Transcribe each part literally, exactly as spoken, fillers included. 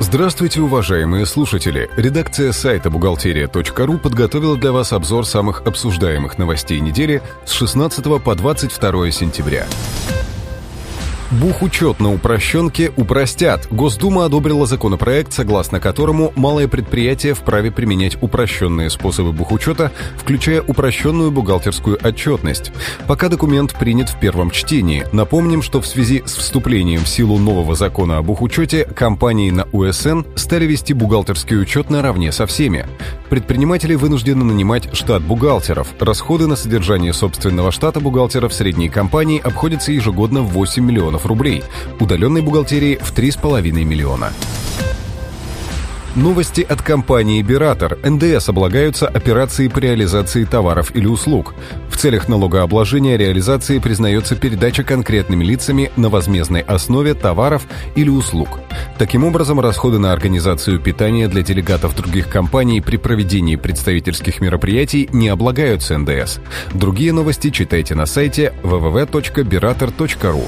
Здравствуйте, уважаемые слушатели! Редакция сайта бухгалтерия точка ру подготовила для вас обзор самых обсуждаемых новостей недели с шестнадцатого по двадцать второе сентября. Бухучет на упрощенке упростят. Госдума одобрила законопроект, согласно которому малые предприятия вправе применять упрощенные способы бухучета, включая упрощенную бухгалтерскую отчетность. Пока документ принят в первом чтении. Напомним, что в связи с вступлением в силу нового закона о бухучете компании на У Эс Эн стали вести бухгалтерский учет наравне со всеми. Предприниматели вынуждены нанимать штат бухгалтеров. Расходы на содержание собственного штата бухгалтеров средней компании обходятся ежегодно в восемь миллионов рублей, удаленной бухгалтерии в три с половиной миллиона. Новости от компании «Биратор». Эн Дэ Эс облагаются операции по реализации товаров или услуг. В целях налогообложения реализации признается передача конкретными лицами на возмездной основе товаров или услуг. Таким образом, расходы на организацию питания для делегатов других компаний при проведении представительских мероприятий не облагаются Эн Дэ Эс. Другие новости читайте на сайте дабл ю дабл ю дабл ю точка биратор точка ру.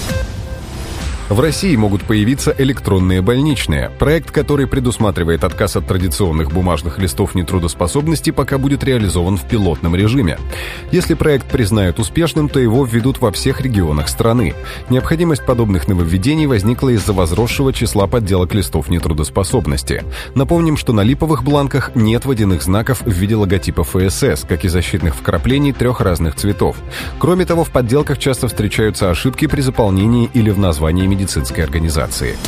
В России могут появиться электронные больничные. Проект, который предусматривает отказ от традиционных бумажных листов нетрудоспособности, пока будет реализован в пилотном режиме. Если проект признают успешным, то его введут во всех регионах страны. Необходимость подобных нововведений возникла из-за возросшего числа подделок листов нетрудоспособности. Напомним, что на липовых бланках нет водяных знаков в виде логотипа Эф Эс Эс, как и защитных вкраплений трех разных цветов. Кроме того, в подделках часто встречаются ошибки при заполнении или в названии медицинской организации.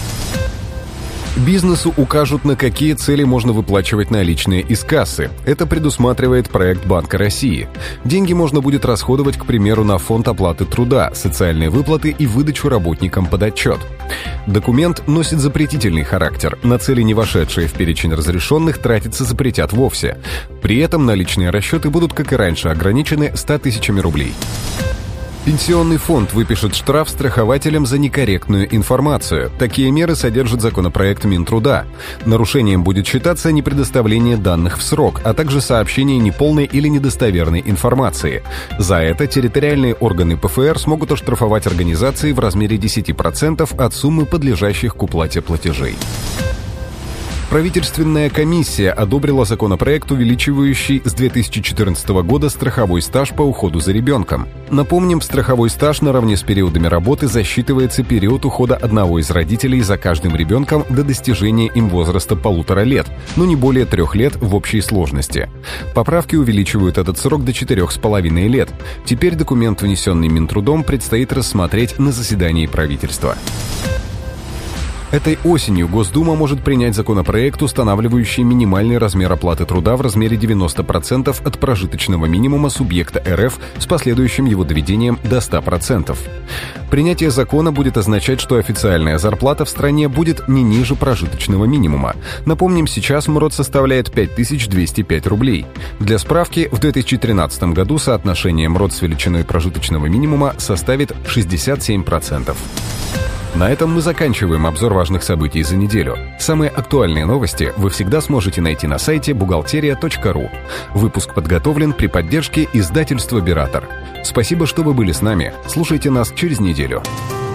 Бизнесу укажут, на какие цели можно выплачивать наличные из кассы. Это предусматривает проект Банка России. Деньги можно будет расходовать, к примеру, на фонд оплаты труда, социальные выплаты и выдачу работникам под отчет. Документ носит запретительный характер. На цели, не вошедшие в перечень разрешенных, тратиться запретят вовсе. При этом наличные расчеты будут, как и раньше, ограничены ста тысячами рублей. Пенсионный фонд выпишет штраф страхователям за некорректную информацию. Такие меры содержит законопроект Минтруда. Нарушением будет считаться непредоставление данных в срок, а также сообщение неполной или недостоверной информации. За это территориальные органы Пэ Эф Эр смогут оштрафовать организации в размере десять процентов от суммы подлежащих к уплате платежей. Правительственная комиссия одобрила законопроект, увеличивающий с две тысячи четырнадцатого года страховой стаж по уходу за ребенком. Напомним, страховой стаж наравне с периодами работы засчитывается период ухода одного из родителей за каждым ребенком до достижения им возраста полутора лет, но не более трех лет в общей сложности. Поправки увеличивают этот срок до четырех с половиной лет. Теперь документ, внесенный Минтрудом, предстоит рассмотреть на заседании правительства. Этой осенью Госдума может принять законопроект, устанавливающий минимальный размер оплаты труда в размере девяноста процентов от прожиточного минимума субъекта Эр Эф с последующим его доведением до ста процентов. Принятие закона будет означать, что официальная зарплата в стране будет не ниже прожиточного минимума. Напомним, сейчас МРОТ составляет пять тысяч двести пять рублей. Для справки, в две тысячи тринадцатом году соотношение МРОТ с величиной прожиточного минимума составит шестьдесят семь процентов. На этом мы заканчиваем обзор важных событий за неделю. Самые актуальные новости вы всегда сможете найти на сайте бухгалтерия точка ру. Выпуск подготовлен при поддержке издательства «Биратор». Спасибо, что вы были с нами. Слушайте нас через неделю.